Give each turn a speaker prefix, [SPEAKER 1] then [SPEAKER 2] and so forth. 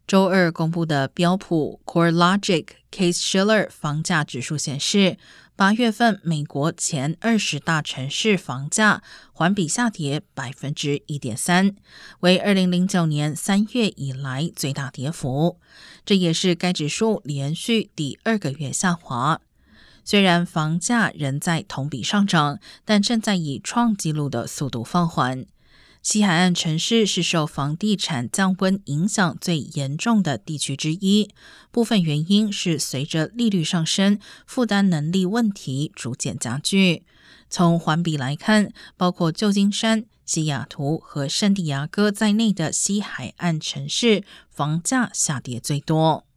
[SPEAKER 1] 周二公布的标普 CoreLogic Case-Shiller 房价指数显示，8月份美国前20大城市房价环比下跌 1.3%， 为2009年3月以来最大跌幅，这也是该指数连续第2个月下滑。虽然房价仍在同比上涨，但正在以创纪录的速度放缓。西海岸城市是受房地产降温影响最严重的地区之一，部分原因是随着利率上升，负担能力问题逐渐加剧。从环比来看，包括旧金山、西雅图和圣地亚哥在内的西海岸城市房价下跌最多。